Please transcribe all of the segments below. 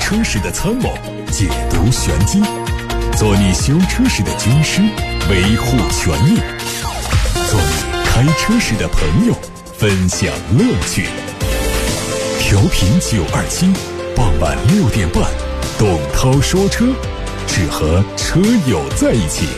车时的参谋，解读玄机，做你修车时的军师，维护权益，做你开车时的朋友，分享乐趣。调频927，傍晚6点半，董涛说车，只和车友在一起。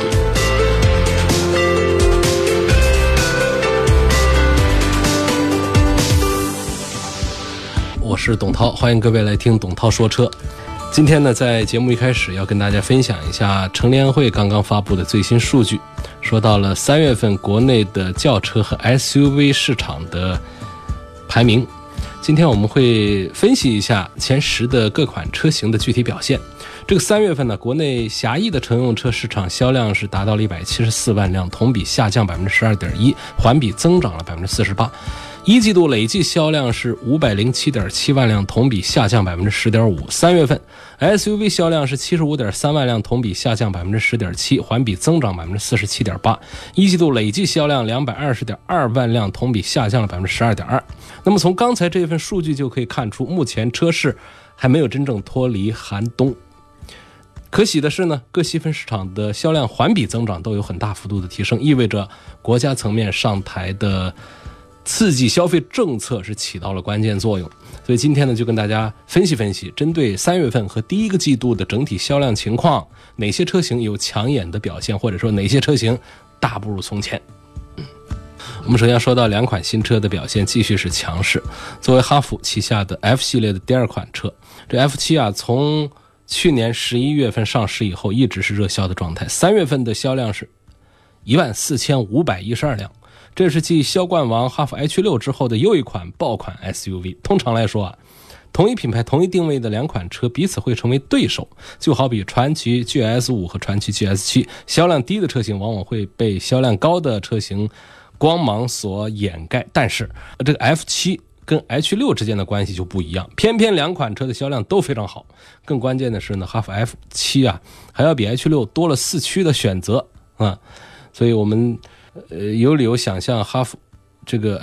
我是董涛，欢迎各位来听董涛说车。今天呢，在节目一开始要跟大家分享一下乘联会刚刚发布的最新数据，说到了3月份国内的轿车和 SUV 市场的排名。今天我们会分析一下前10的各款车型的具体表现。这个3月份呢，国内狭义的乘用车市场销量是达到了174万辆，同比下降 12.1%， 环比增长了 48%。一季度累计销量是507.7万辆，同比下降 10.5%。3月份 SUV 销量是75.3万辆，同比下降 10.7%， 环比增长 47.8%。一季度累计销量220.2万辆，同比下降了 12.2%。那么从刚才这份数据就可以看出，目前车市还没有真正脱离寒冬。可喜的是呢，各细分市场的销量环比增长都有很大幅度的提升，意味着国家层面上台的刺激消费政策是起到了关键作用。所以今天呢，就跟大家分析分析，针对3月份和第一个季度的整体销量情况，哪些车型有抢眼的表现，或者说哪些车型大不如从前。我们首先说到2款新车的表现继续是强势。作为哈弗旗下的 F 系列的第2款车，这 F7 啊，从去年11月份上市以后一直是热销的状态。3月份的销量是14512辆，这是继销冠王哈弗 H6 之后的又一款爆款 SUV。 通常来说啊，同一品牌同一定位的2款车彼此会成为对手，就好比传祺 GS5 和传祺 GS7， 销量低的车型往往会被销量高的车型光芒所掩盖。但是这个 F7 跟 H6 之间的关系就不一样，偏偏2款车的销量都非常好。更关键的是呢，哈弗 F7 啊还要比 H6 多了4驱的选择啊，所以我们有理由想象哈弗这个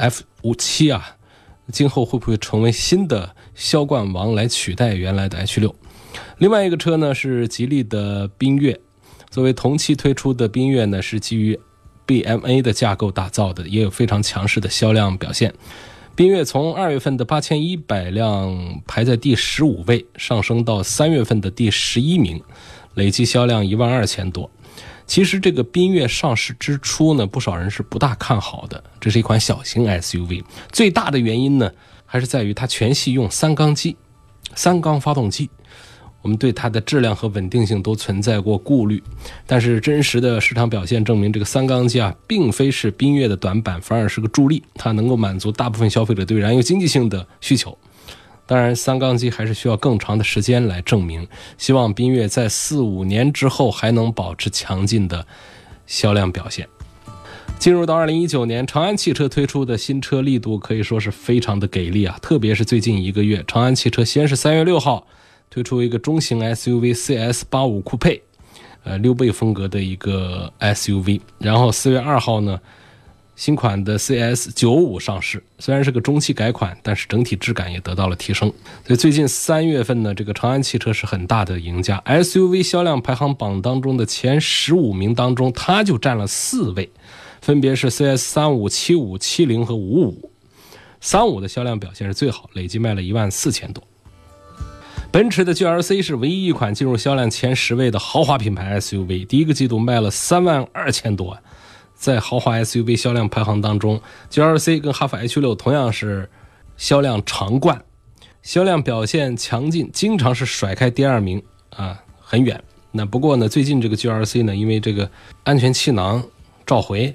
F7 啊，今后会不会成为新的销冠王来取代原来的 H6。 另外一个车呢是吉利的缤越，作为同期推出的缤越呢是基于 BMA 的架构打造的，也有非常强势的销量表现。缤越从2月份的8100辆排在第15位，上升到3月份的第11名，累计销量12000多。其实这个缤越上市之初呢，不少人是不大看好的，这是一款小型 SUV。 最大的原因呢，还是在于它全系用3缸发动机，我们对它的质量和稳定性都存在过顾虑。但是真实的市场表现证明，这个3缸机啊，并非是缤越的短板，反而是个助力，它能够满足大部分消费者对燃油经济性的需求。当然3缸机还是需要更长的时间来证明，希望缤越在4-5年之后还能保持强劲的销量表现。进入到2019年，长安汽车推出的新车力度可以说是非常的给力啊，特别是最近1个月，长安汽车先是3月6号推出一个中型 SUV CS85 酷配溜背风格的一个 SUV， 然后4月2号呢，新款的 CS95 上市，虽然是个中期改款，但是整体质感也得到了提升。所以最近3月份呢，这个长安汽车是很大的赢家， SUV 销量排行榜当中的前15名当中，它就占了4位，分别是 CS35、75、70和55。35的销量表现是最好，累计卖了14000多。奔驰的 GLC 是唯一一款进入销量前10位的豪华品牌 SUV， 第一个季度卖了32000多。在豪华 SUV 销量排行当中， GLC 跟哈弗 H6 同样是销量常冠，销量表现强劲，经常是甩开第2名啊，很远。那不过呢，最近这个 GLC 呢，因为这个安全气囊召回，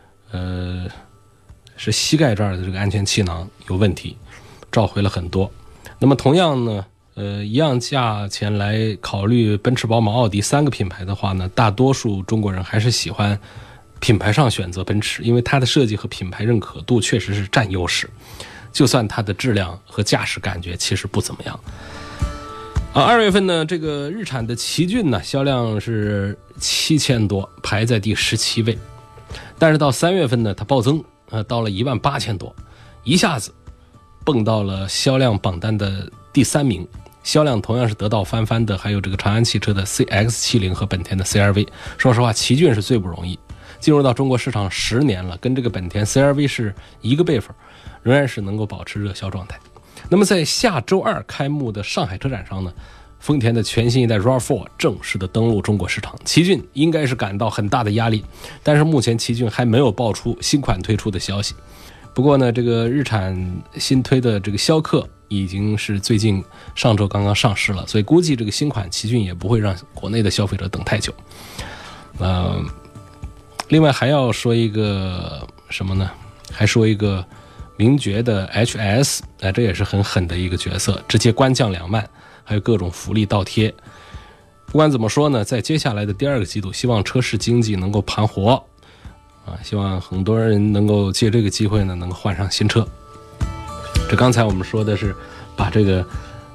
是膝盖这儿的这个安全气囊有问题，召回了很多。那么同样呢，一样价钱来考虑奔驰、宝马、奥迪3个品牌的话呢，大多数中国人还是喜欢品牌上选择奔驰，因为它的设计和品牌认可度确实是占优势，就算它的质量和驾驶感觉其实不怎么样。2月份呢，这个日产的奇骏呢，销量是7000多，排在第17位。但是到3月份呢，它暴增，到了18000多，一下子蹦到了销量榜单的第3名， 销量同样是得到翻番的，还有这个长安汽车的 CX-70和本田的 CR-V。说实话，奇骏是最不容易，进入到中国市场10年了，跟这个本田 CR-V 是一个辈分，仍然是能够保持热销状态。那么在下周2开幕的上海车展上呢，丰田的全新一代 RAV4 正式的登陆中国市场，奇骏应该是感到很大的压力，但是目前奇骏还没有爆出新款推出的消息。不过呢，这个日产新推的这个逍客已经是最近上周刚刚上市了，所以估计这个新款奇骏也不会让国内的消费者等太久。另外还要说一个什么呢？还说一个名爵的 HS， 这也是很狠的一个角色，直接官降2万，还有各种福利倒贴。不管怎么说呢，在接下来的第2个季度，希望车市经济能够盘活希望很多人能够借这个机会呢，能够换上新车。这刚才我们说的是把这个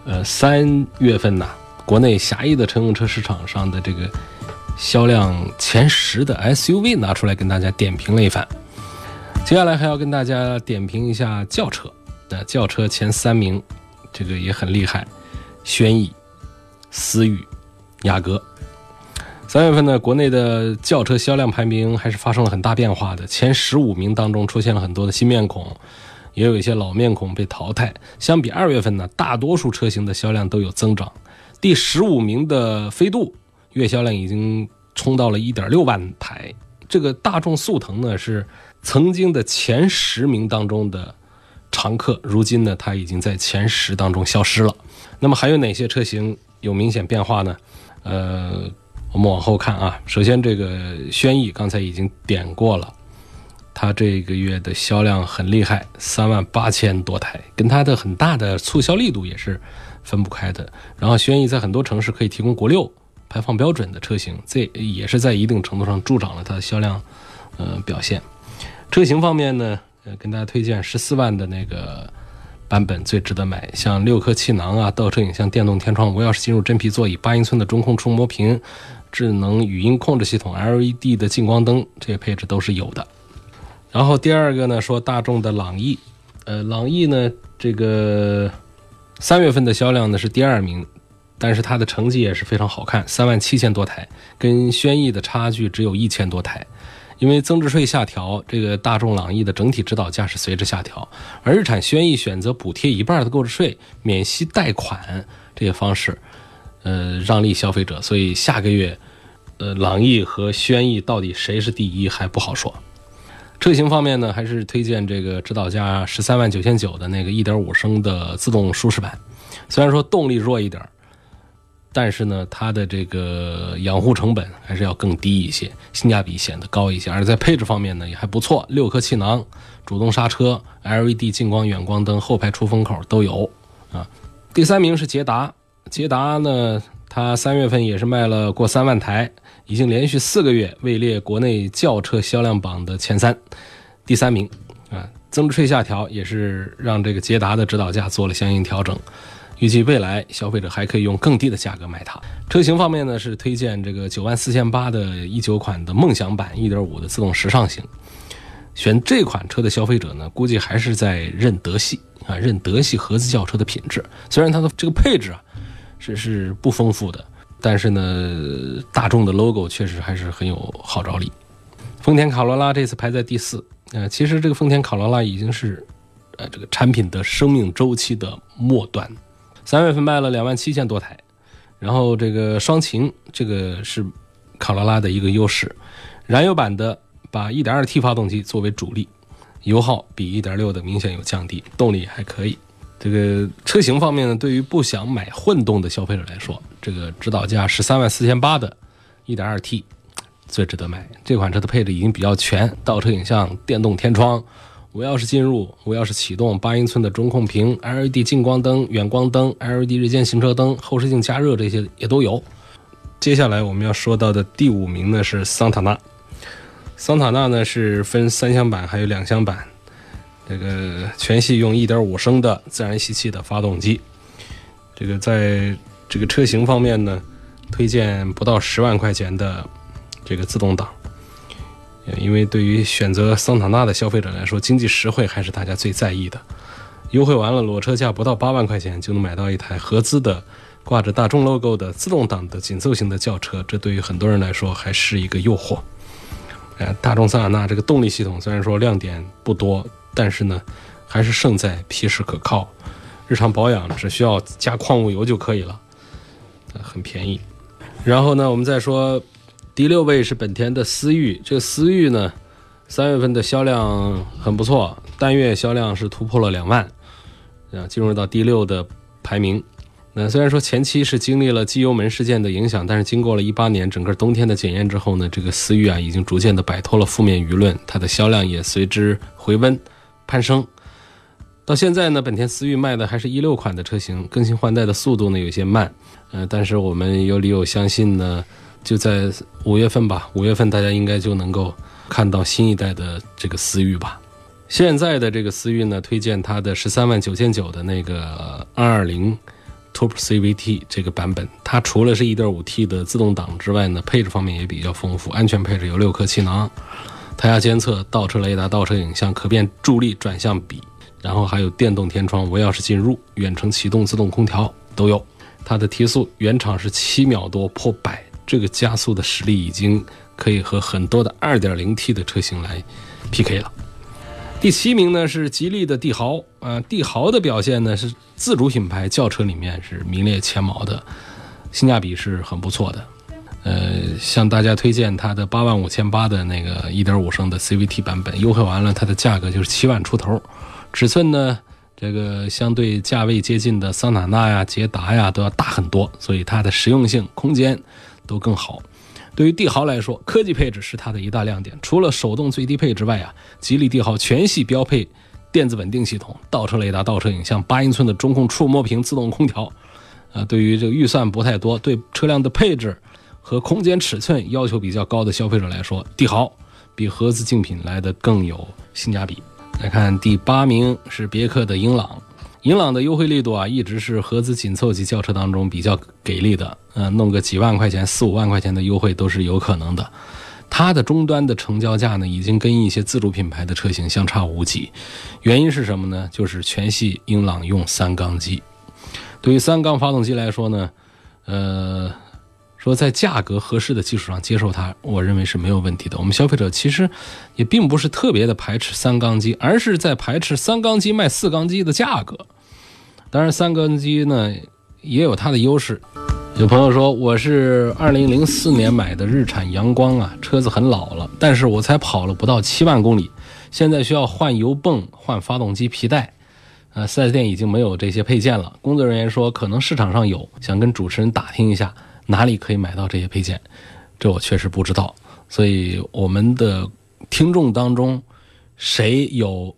3月份国内狭义的乘用车市场上的这个销量前10的 SUV 拿出来跟大家点评了一番。接下来还要跟大家点评一下轿车。轿车前3名这个也很厉害，轩逸、思域、雅阁。3月份呢，国内的轿车销量排名还是发生了很大变化的，前15名当中出现了很多的新面孔，也有一些老面孔被淘汰。相比2月份呢，大多数车型的销量都有增长。第15名的飞度月销量已经冲到了 1.6 万台。这个大众速腾呢，是曾经的前10名当中的常客，如今呢，它已经在前10当中消失了。那么还有哪些车型有明显变化呢？我们往后看首先这个轩逸刚才已经点过了，它这个月的销量很厉害，38000多台，跟它的很大的促销力度也是分不开的。然后轩逸在很多城市可以提供国6排放标准的车型，这也是在一定程度上助长了它的销量表现。车型方面呢，跟大家推荐14万的那个版本最值得买，像6颗气囊倒车影像、电动天窗、无钥匙进入真皮座椅、8英寸的中控触摸屏、智能语音控制系统、 LED 的近光灯，这些配置都是有的。然后第2个呢，说大众的朗逸。朗逸呢，这个3月份的销量呢是第2名，但是它的成绩也是非常好看，37000多台，跟轩逸的差距只有1000多台。因为增值税下调，这个大众朗逸的整体指导价是随之下调，而日产轩逸选择补贴1半的购置税、免息贷款这些方式让利消费者，所以下个月朗逸和轩逸到底谁是第一还不好说。车型方面呢，还是推荐这个指导价139900的那个 1.5 升的自动舒适版。虽然说动力弱一点，但是呢，它的这个养护成本还是要更低一些，性价比显得高一些。而在配置方面呢，也还不错，6颗气囊、主动刹车、LED 近光远光灯、后排出风口都有第3名是捷达。捷达呢，它3月份也是卖了过3万台，已经连续4个月位列国内轿车销量榜的前3，第3名增值税下调也是让这个捷达的指导价做了相应调整。预计未来消费者还可以用更低的价格买它。车型方面呢，是推荐这个94800的19款的梦想版 1.5 的自动时尚型。选这款车的消费者呢，估计还是在认德系认德系合资轿车的品质。虽然它的这个配置是不丰富的，但是呢，大众的 logo 确实还是很有号召力。丰田卡罗拉这次排在第4。其实这个丰田卡罗拉已经是这个产品的生命周期的末端。3月份卖了27000多台，然后这个双擎这个是卡罗拉的一个优势，燃油版的把 1.2T 发动机作为主力，油耗比 1.6 的明显有降低，动力还可以。这个车型方面呢，对于不想买混动的消费者来说，这个指导价134800的 1.2T 最值得买。这款车的配置已经比较全，倒车影像、电动天窗、无钥匙进入、无钥匙启动、8英寸的中控屏、LED 近光灯、远光灯、LED 日间行车灯、后视镜加热，这些也都有。接下来我们要说到的第5名呢是桑塔纳。桑塔纳呢是分3厢版还有2厢版，这个全系用 1.5 升的自然吸气的发动机。这个在这个车型方面呢，推荐不到10万块钱的这个自动挡。因为对于选择桑塔纳的消费者来说，经济实惠还是大家最在意的。优惠完了，裸车价不到8万块钱就能买到一台合资的挂着大众 logo 的自动挡的紧凑型的轿车，这对于很多人来说还是一个诱惑。大众桑塔纳这个动力系统虽然说亮点不多，但是呢还是胜在皮实可靠，日常保养只需要加矿物油就可以了，很便宜。然后呢我们再说第6位是本田的思域，这个思域呢3月份的销量很不错，单月销量是突破了2万，进入到第6的排名。那虽然说前期是经历了机油门事件的影响，但是经过了18年整个冬天的检验之后呢，这个思域已经逐渐的摆脱了负面舆论，它的销量也随之回温攀升。到现在呢，本田思域卖的还是16款的车型，更新换代的速度呢有些慢，但是我们有理由相信呢，就在5月份吧，5月份大家应该就能够看到新一代的这个思域吧。现在的这个思域呢，推荐它的13.999万的那个220 Turbo CVT 这个版本，它除了是 1.5T 的自动挡之外呢，配置方面也比较丰富，安全配置有6颗气囊，胎压监测、倒车雷达、倒车影像、可变助力转向比，然后还有电动天窗、无钥匙进入、远程启动、自动空调都有。它的提速原厂是7秒多破100，这个加速的实力已经可以和很多的 2.0T 的车型来 PK 了。第7名呢是吉利的帝豪，帝豪的表现呢是自主品牌轿车里面是名列前茅的，性价比是很不错的。向大家推荐它的85800的那个 1.5 升的 CVT 版本，优惠完了它的价格就是7万出头。尺寸呢，这个相对价位接近的桑塔纳呀、捷达呀都要大很多，所以它的实用性、空间都更好。对于帝豪来说，科技配置是它的一大亮点。除了手动最低配之外吉利帝豪全系标配电子稳定系统、倒车雷达、倒车影像、8英寸的中控触摸屏自动空调。对于这个预算不太多，对车辆的配置和空间尺寸要求比较高的消费者来说，帝豪比合资竞品来的更有性价比。来看第8名是别克的英朗。英朗的优惠力度一直是合资紧凑级轿车当中比较给力的，弄个几万块钱、4-5万块钱的优惠都是有可能的。它的终端的成交价呢，已经跟一些自主品牌的车型相差无几。原因是什么呢？就是全系英朗用3缸机。对于3缸发动机来说呢，说在价格合适的基础上接受它，我认为是没有问题的。我们消费者其实也并不是特别的排斥3缸机，而是在排斥3缸机卖4缸机的价格。当然3缸机呢也有它的优势。有朋友说，我是2004年买的日产阳光车子很老了，但是我才跑了不到7万公里，现在需要换油泵、换发动机皮带。4S 店已经没有这些配件了。工作人员说可能市场上有，想跟主持人打听一下哪里可以买到这些配件，这我确实不知道。所以我们的听众当中谁有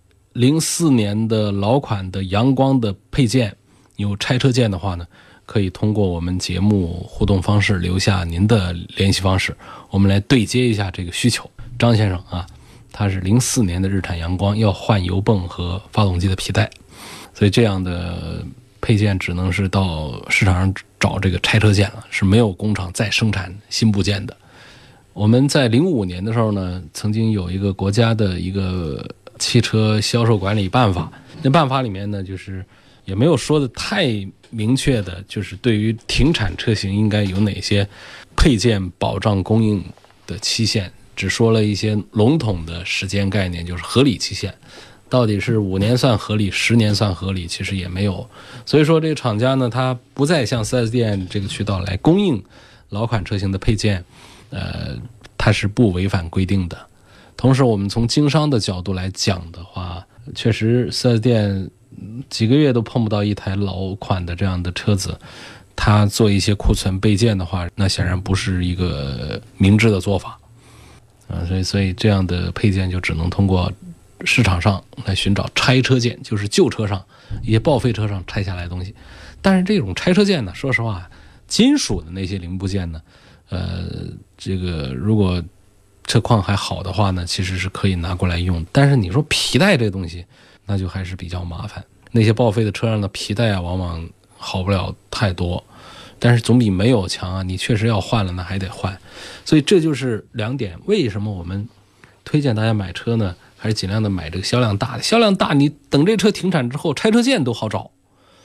04年的老款的阳光的配件，有拆车件的话呢，可以通过我们节目互动方式留下您的联系方式，我们来对接一下这个需求。张先生他是04年的日产阳光，要换油泵和发动机的皮带，所以这样的配件只能是到市场上找这个拆车件了，是没有工厂再生产新部件的。我们在05年的时候呢，曾经有一个国家的一个汽车销售管理办法，那办法里面呢，就是也没有说的太明确的，就是对于停产车型应该有哪些配件保障供应的期限，只说了一些笼统的时间概念，就是合理期限。到底是5年算合理，10年算合理，其实也没有。所以说这个厂家呢，他不再向 4S 店这个渠道来供应老款车型的配件，它是不违反规定的。同时我们从经商的角度来讲的话，确实 4S 店几个月都碰不到一台老款的这样的车子，它做一些库存备件的话，那显然不是一个明智的做法。所以这样的配件就只能通过市场上来寻找拆车件，就是旧车上一些报废车上拆下来的东西。但是这种拆车件呢，说实话，金属的那些零部件呢，这个如果车况还好的话呢，其实是可以拿过来用。但是你说皮带这东西，那就还是比较麻烦。那些报废的车上的皮带往往好不了太多，但是总比没有强你确实要换了，那还得换。所以这就是2点，为什么我们推荐大家买车呢？还是尽量的买这个销量大的。销量大，你等这车停产之后，拆车件都好找。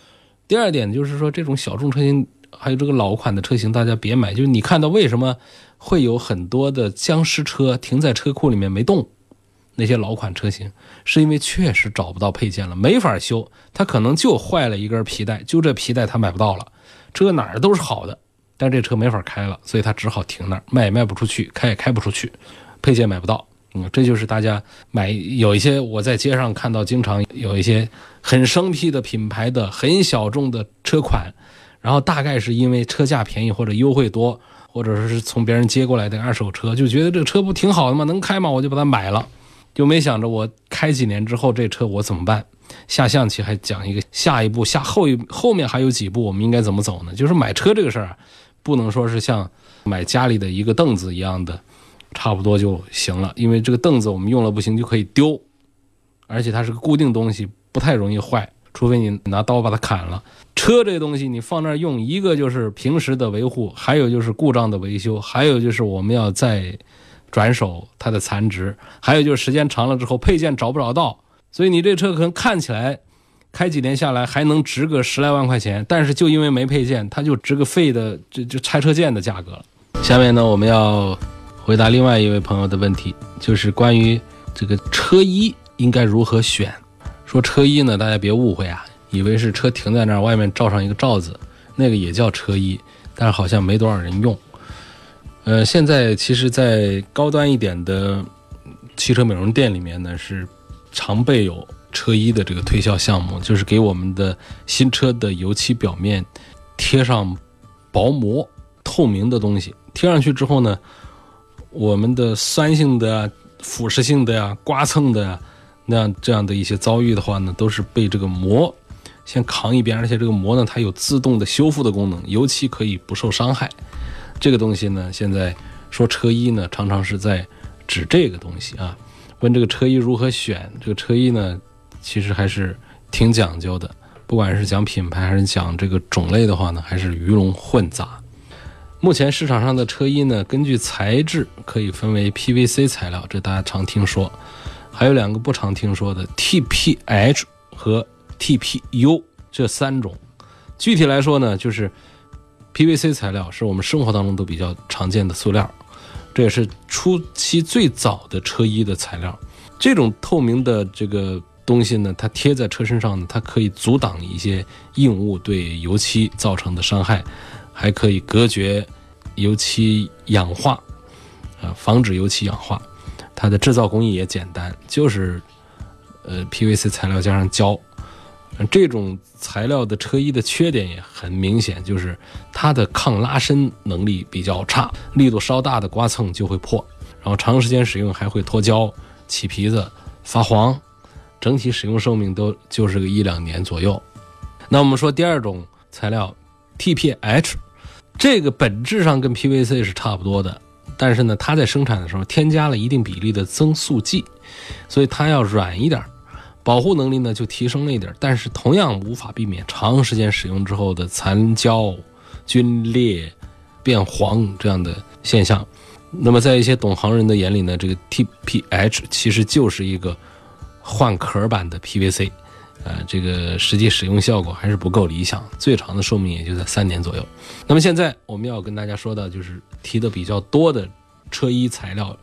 第二点就是说，这种小众车型还有这个老款的车型大家别买，就是你看到为什么会有很多的僵尸车停在车库里面没动，那些老款车型是因为确实找不到配件了，没法修，它可能就坏了一根皮带，就这皮带它买不到了，车哪儿都是好的，但这车没法开了，所以它只好停那儿，卖也卖不出去，开也开不出去，配件买不到。这就是大家买，有一些我在街上看到经常有一些很生僻的品牌的很小众的车款，然后大概是因为车价便宜或者优惠多，或者是从别人接过来的二手车，就觉得这个车不挺好的吗？能开吗？我就把它买了，就没想着我开几年之后这车我怎么办。下象棋还讲一个下一步后面还有几步我们应该怎么走呢？就是买车这个事儿啊，不能说是像买家里的一个凳子一样的差不多就行了，因为这个凳子我们用了不行就可以丢，而且它是个固定东西，不太容易坏，除非你拿刀把它砍了。车这个东西你放那儿用，一个就是平时的维护，还有就是故障的维修，还有就是我们要再转手它的残值，还有就是时间长了之后配件找不着到，所以你这车可能看起来开几年下来还能值个10来万块钱，但是就因为没配件，它就值个废的就拆车件的价格了。下面呢，我们要回答另外一位朋友的问题，就是关于这个车衣应该如何选。说车衣呢，大家别误会啊，以为是车停在那儿外面罩上一个罩子，那个也叫车衣，但是好像没多少人用。现在其实在高端一点的汽车美容店里面呢，是常备有车衣的这个推销项目，就是给我们的新车的油漆表面贴上薄膜透明的东西，贴上去之后呢，我们的酸性的、腐蚀性的呀、刮蹭的呀，这样的一些遭遇的话呢，都是被这个膜先扛一边，而且这个膜呢，它有自动的修复的功能，油漆可以不受伤害。这个东西呢，现在说车衣呢，常常是在指这个东西啊。问这个车衣如何选，这个车衣呢，其实还是挺讲究的，不管是讲品牌还是讲这个种类的话呢，还是鱼龙混杂。目前市场上的车衣呢，根据材质可以分为 PVC 材料，这大家常听说，还有两个不常听说的 TPH 和 TPU 这三种。具体来说呢，就是 PVC 材料是我们生活当中都比较常见的塑料，这也是初期最早的车衣的材料。这种透明的这个东西呢，它贴在车身上呢，它可以阻挡一些硬物对油漆造成的伤害，还可以隔绝油漆氧化，防止油漆氧化。它的制造工艺也简单，就是PVC 材料加上胶。这种材料的车衣的缺点也很明显，就是它的抗拉伸能力比较差，力度稍大的刮蹭就会破，然后长时间使用还会脱胶、起皮子、发黄，整体使用寿命都就是个1-2年左右。那我们说第二种材料 TPH， 这个本质上跟 PVC 是差不多的，但是呢，它在生产的时候添加了一定比例的增塑剂，所以它要软一点，保护能力呢就提升了一点，但是同样无法避免长时间使用之后的残胶、皲裂、变黄这样的现象。那么在一些懂行人的眼里呢，这个 TPH 其实就是一个换壳版的 PVC，这个实际使用效果还是不够理想，最长的寿命也就在3年左右。那么现在我们要跟大家说的就是提的比较多的车衣材料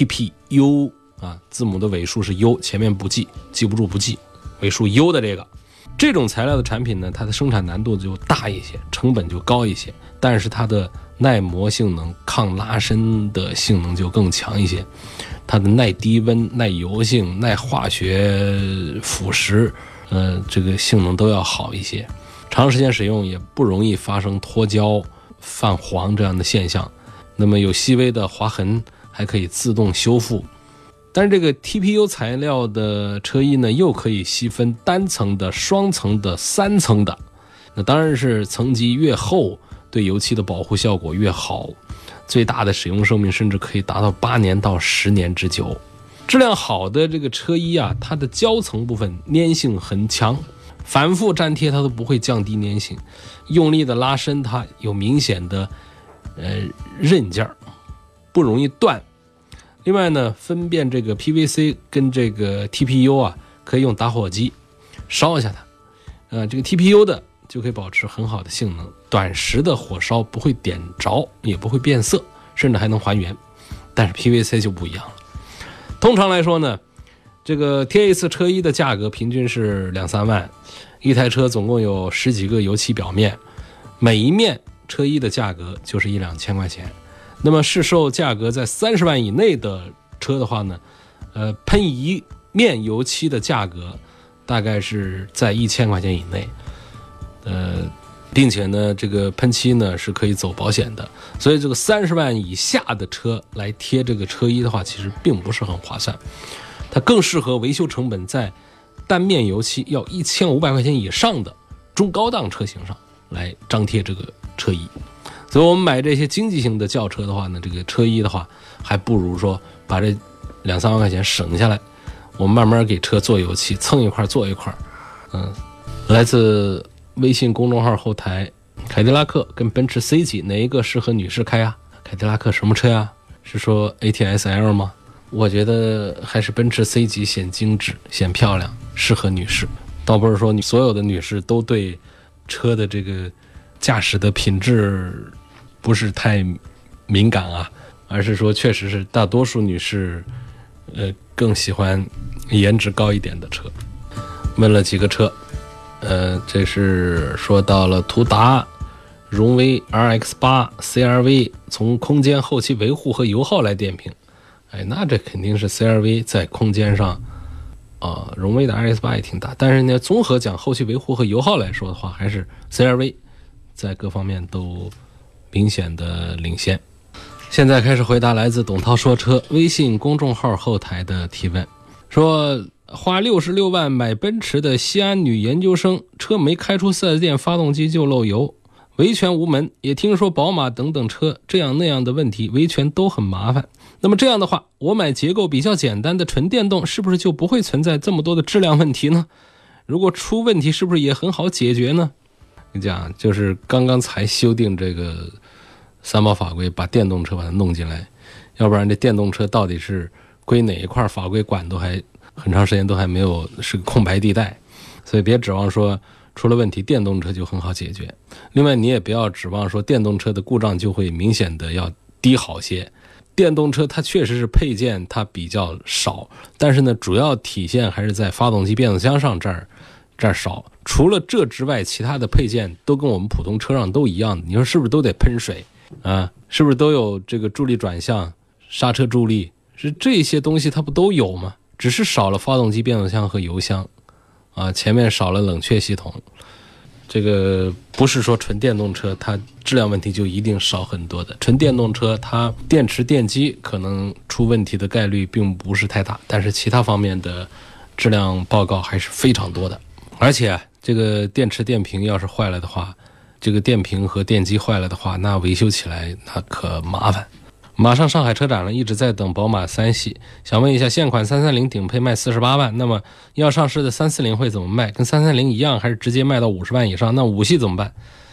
TPU，字母的尾数是 U， 前面不记，记不住不记，尾数 U 的这种材料的产品呢，它的生产难度就大一些，成本就高一些，但是它的耐磨性能、抗拉伸的性能就更强一些，它的耐低温、耐油性、耐化学腐蚀，这个性能都要好一些，长时间使用也不容易发生脱胶、泛黄这样的现象。那么有细微的划痕还可以自动修复。但是这个 TPU 材料的车衣呢，又可以细分单层的、双层的、3层的。那当然是层级越厚，对油漆的保护效果越好，最大的使用寿命甚至可以达到8年到10年之久。质量好的这个车衣啊，它的胶层部分粘性很强，反复粘贴它都不会降低粘性，用力的拉伸它有明显的韧劲儿，不容易断。另外呢，分辨这个 PVC 跟这个 TPU 可以用打火机烧一下它。这个 TPU 的就可以保持很好的性能，短时的火烧不会点着，也不会变色，甚至还能还原。但是 PVC 就不一样了。通常来说呢，这个贴一次车衣的价格平均是2-3万，一台车总共有10几个油漆表面，每一面车衣的价格就是1-2千块钱。那么市售价格在30万以内的车的话呢，喷一面油漆的价格大概是在1000块钱以内，并且呢，这个喷漆呢是可以走保险的，所以这个30万以下的车来贴这个车衣的话，其实并不是很划算。它更适合维修成本在单面油漆要1500块钱以上的中高档车型上来张贴这个车衣。所以我们买这些经济型的轿车的话呢，这个车衣的话，还不如说把这2-3万块钱省下来，我们慢慢给车做油漆，蹭一块做一块。来自微信公众号后台，凯迪拉克跟奔驰 C 级哪一个适合女士开啊？凯迪拉克什么车呀？是说 ATS-L 吗？我觉得还是奔驰 C 级显精致显漂亮，适合女士。倒不是说你所有的女士都对车的这个驾驶的品质不是太敏感啊，而是说确实是大多数女士更喜欢颜值高一点的车。问了几个车，这是说到了途达、荣威 RX8、CR-V， 从空间、后期维护和油耗来点评。那这肯定是 CR-V 在空间上，荣威的 RX8 也挺大，但是呢，综合讲后期维护和油耗来说的话，还是 CR-V 在各方面都明显的领先。现在开始回答来自董涛说车微信公众号后台的提问，说花66万买奔驰的西安女研究生，车没开出4S店，发动机就漏油，维权无门，也听说宝马等等车这样那样的问题，维权都很麻烦。那么这样的话，我买结构比较简单的纯电动，是不是就不会存在这么多的质量问题呢？如果出问题，是不是也很好解决呢？你讲，就是刚刚才修订这个三包法规，把电动车把它弄进来，要不然这电动车到底是归哪一块法规管，都还很长时间都还没有，是个空白地带。所以别指望说出了问题电动车就很好解决。另外你也不要指望说电动车的故障就会明显的要低好些。电动车它确实是配件它比较少，但是呢主要体现还是在发动机变速箱上这儿少。除了这之外，其他的配件都跟我们普通车上都一样的。你说是不是都得喷水啊？是不是都有这个助力转向、刹车助力？是这些东西它不都有吗？只是少了发动机变速箱和油箱啊，前面少了冷却系统。这个不是说纯电动车它质量问题就一定少很多的，纯电动车它电池电机可能出问题的概率并不是太大，但是其他方面的质量报告还是非常多的。而且这个电池电瓶要是坏了的话，这个电瓶和电机坏了的话，那维修起来那可麻烦。马上上海车展了，一直在等宝马3系，想问一下，现款330顶配卖48万，那么要上市的340会怎么卖？跟330一样，还是直接卖到50万以上？那5系怎么办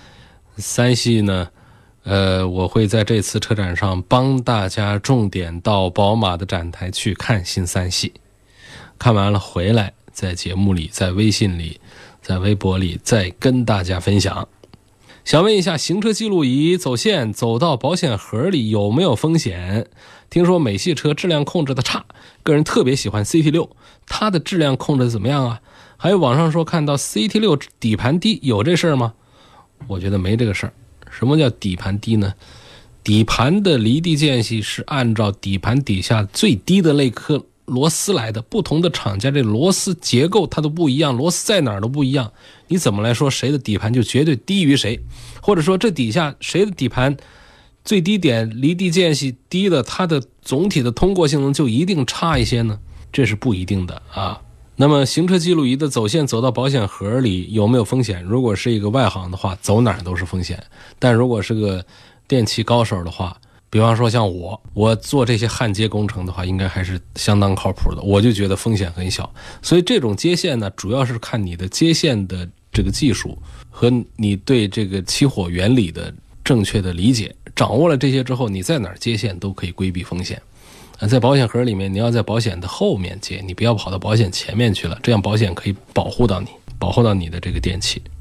？3系呢，我会在这次车展上帮大家重点到宝马的展台去看新3系，看完了回来在节目里、在微信里、在微博里再跟大家分享。想问一下，行车记录仪走线走到保险盒里有没有风险？听说美系车质量控制的差，个人特别喜欢 CT6， 它的质量控制怎么样啊？还有网上说看到 CT6 底盘低，有这事儿吗？我觉得没这个事儿。什么叫底盘低呢？底盘的离地间隙是按照底盘底下最低的那颗螺丝来的，不同的厂家这螺丝结构它都不一样，螺丝在哪儿都不一样，你怎么来说谁的底盘就绝对低于谁？或者说这底下谁的底盘最低点离地间隙低的，它的总体的通过性能就一定差一些呢？这是不一定的啊。那么行车记录仪的走线走到保险盒里有没有风险？如果是一个外行的话，走哪儿都是风险。但如果是个电气高手的话，比方说像我做这些焊接工程的话，应该还是相当靠谱的，我就觉得风险很小。所以这种接线呢，主要是看你的接线的这个技术和你对这个起火原理的正确的理解，掌握了这些之后，你在哪儿接线都可以规避风险。在保险盒里面，你要在保险的后面接，你不要跑到保险前面去了，这样保险可以保护到你的这个电器。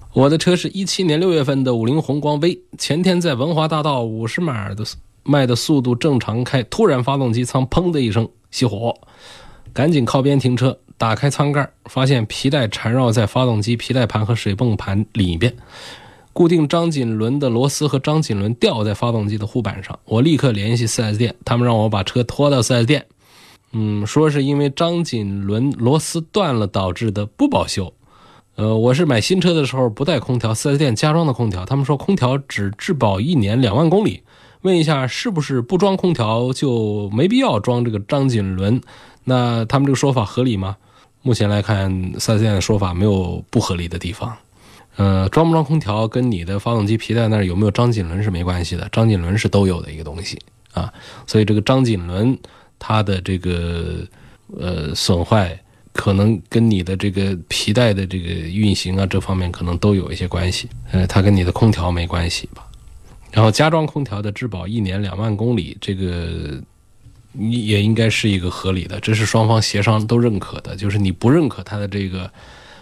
我的车是17年6月份的50宏光 V， 前天在文华大道50码的迈的速度正常开，突然发动机舱砰的一声熄火，赶紧靠边停车，打开舱盖，发现皮带缠绕在发动机皮带盘和水泵盘里边，固定张紧轮的螺丝和张紧轮掉在发动机的护板上。我立刻联系 4S 店，他们让我把车拖到 4S 店，说是因为张紧轮螺丝断了导致的不保修。我是买新车的时候不带空调，4S 店加装的空调，他们说空调只质保1年2万公里，问一下是不是不装空调就没必要装这个张紧轮，那他们这个说法合理吗？目前来看 4S 店的说法没有不合理的地方。装不装空调跟你的发动机皮带那儿有没有张紧轮是没关系的，张紧轮是都有的一个东西啊，所以这个张紧轮它的这个损坏可能跟你的这个皮带的这个运行啊这方面可能都有一些关系，它跟你的空调没关系吧。然后加装空调的质保1年2万公里，这个也应该是一个合理的，这是双方协商都认可的，就是你不认可它的这个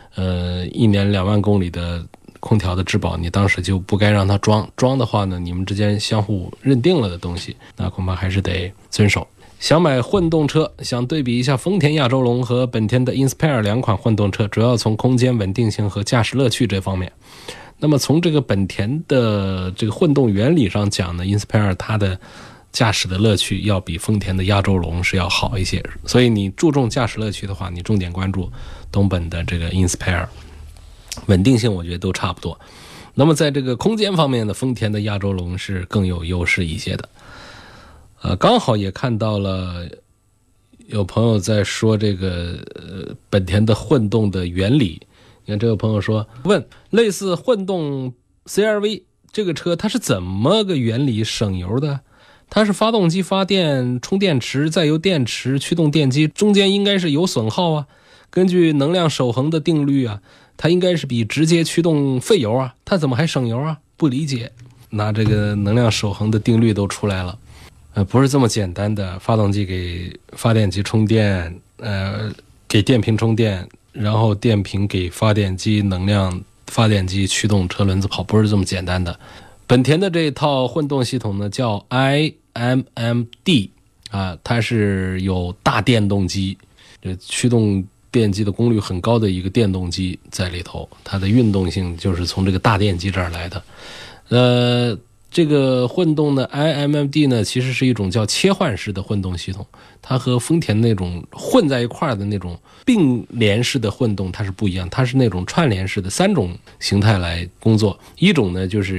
1年2万公里的空调的质保，你当时就不该让它装的话呢，你们之间相互认定了的东西，那恐怕还是得遵守。想买混动车，想对比一下丰田亚洲龙和本田的 Inspire 两款混动车，主要从空间稳定性和驾驶乐趣这方面。那么从这个本田的这个混动原理上讲呢， Inspire 它的驾驶的乐趣要比丰田的亚洲龙是要好一些，所以你注重驾驶乐趣的话，你重点关注东本的这个 Inspire， 稳定性我觉得都差不多。那么在这个空间方面呢，丰田的亚洲龙是更有优势一些的。刚好也看到了有朋友在说这个本田的混动的原理。你看这位朋友说，问类似混动 CR-V 这个车它是怎么个原理省油的？它是发动机发电充电池，再由电池驱动电机，中间应该是有损耗啊，根据能量守恒的定律啊，它应该是比直接驱动费油啊，它怎么还省油啊？不理解。拿这个能量守恒的定律都出来了，不是这么简单的，发动机给发电机充电，给电瓶充电，然后电瓶给发电机能量，发电机驱动车轮子跑，不是这么简单的。本田的这套混动系统呢叫 iMMD 啊，它是有大电动机，驱动电机的功率很高的一个电动机在里头，它的运动性就是从这个大电机这儿来的。这个混动的 iMMD 呢，其实是一种叫切换式的混动系统，它和丰田那种混在一块的那种并联式的混动它是不一样，它是那种串联式的3种形态来工作。一种呢就是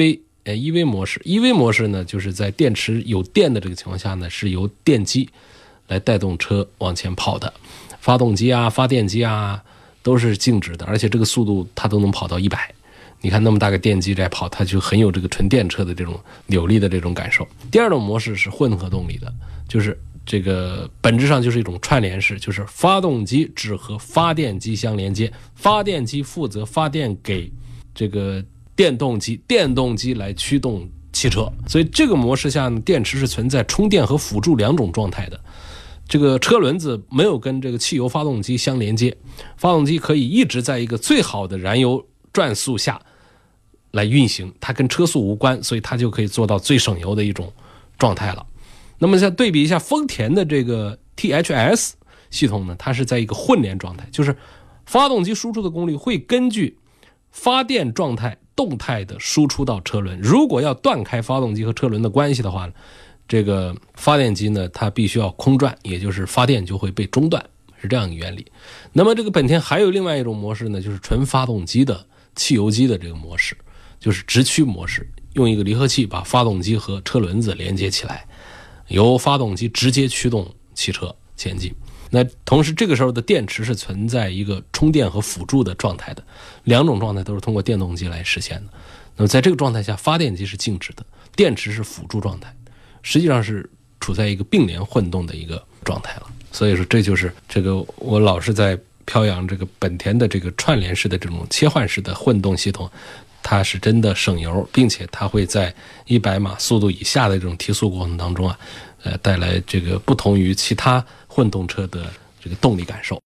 EV 模式 ，EV 模式呢就是在电池有电的这个情况下呢，是由电机来带动车往前跑的，发动机啊、发电机啊都是静止的，而且这个速度它都能跑到100。你看那么大个电机在跑，它就很有这个纯电车的这种扭力的这种感受。第二种模式是混合动力的，就是这个本质上就是一种串联式，就是发动机只和发电机相连接，发电机负责发电给这个电动机，电动机来驱动汽车。所以这个模式下呢，电池是存在充电和辅助2种状态的。这个车轮子没有跟这个汽油发动机相连接，发动机可以一直在一个最好的燃油转速下来运行，它跟车速无关，所以它就可以做到最省油的一种状态了。那么再对比一下丰田的这个 THS 系统呢，它是在一个混联状态，就是发动机输出的功率会根据发电状态动态的输出到车轮，如果要断开发动机和车轮的关系的话呢，这个发电机呢它必须要空转，也就是发电就会被中断，是这样一个原理。那么这个本田还有另外一种模式呢，就是纯发动机的汽油机的这个模式，就是直驱模式，用一个离合器把发动机和车轮子连接起来，由发动机直接驱动汽车前进。那同时这个时候的电池是存在一个充电和辅助的状态的，2种状态都是通过电动机来实现的。那么在这个状态下，发电机是静止的，电池是辅助状态，实际上是处在一个并联混动的一个状态了。所以说这就是这个我老是在飘扬这个本田的这个串联式的这种切换式的混动系统，它是真的省油，并且它会在100码速度以下的这种提速过程当中啊，带来这个不同于其他混动车的这个动力感受。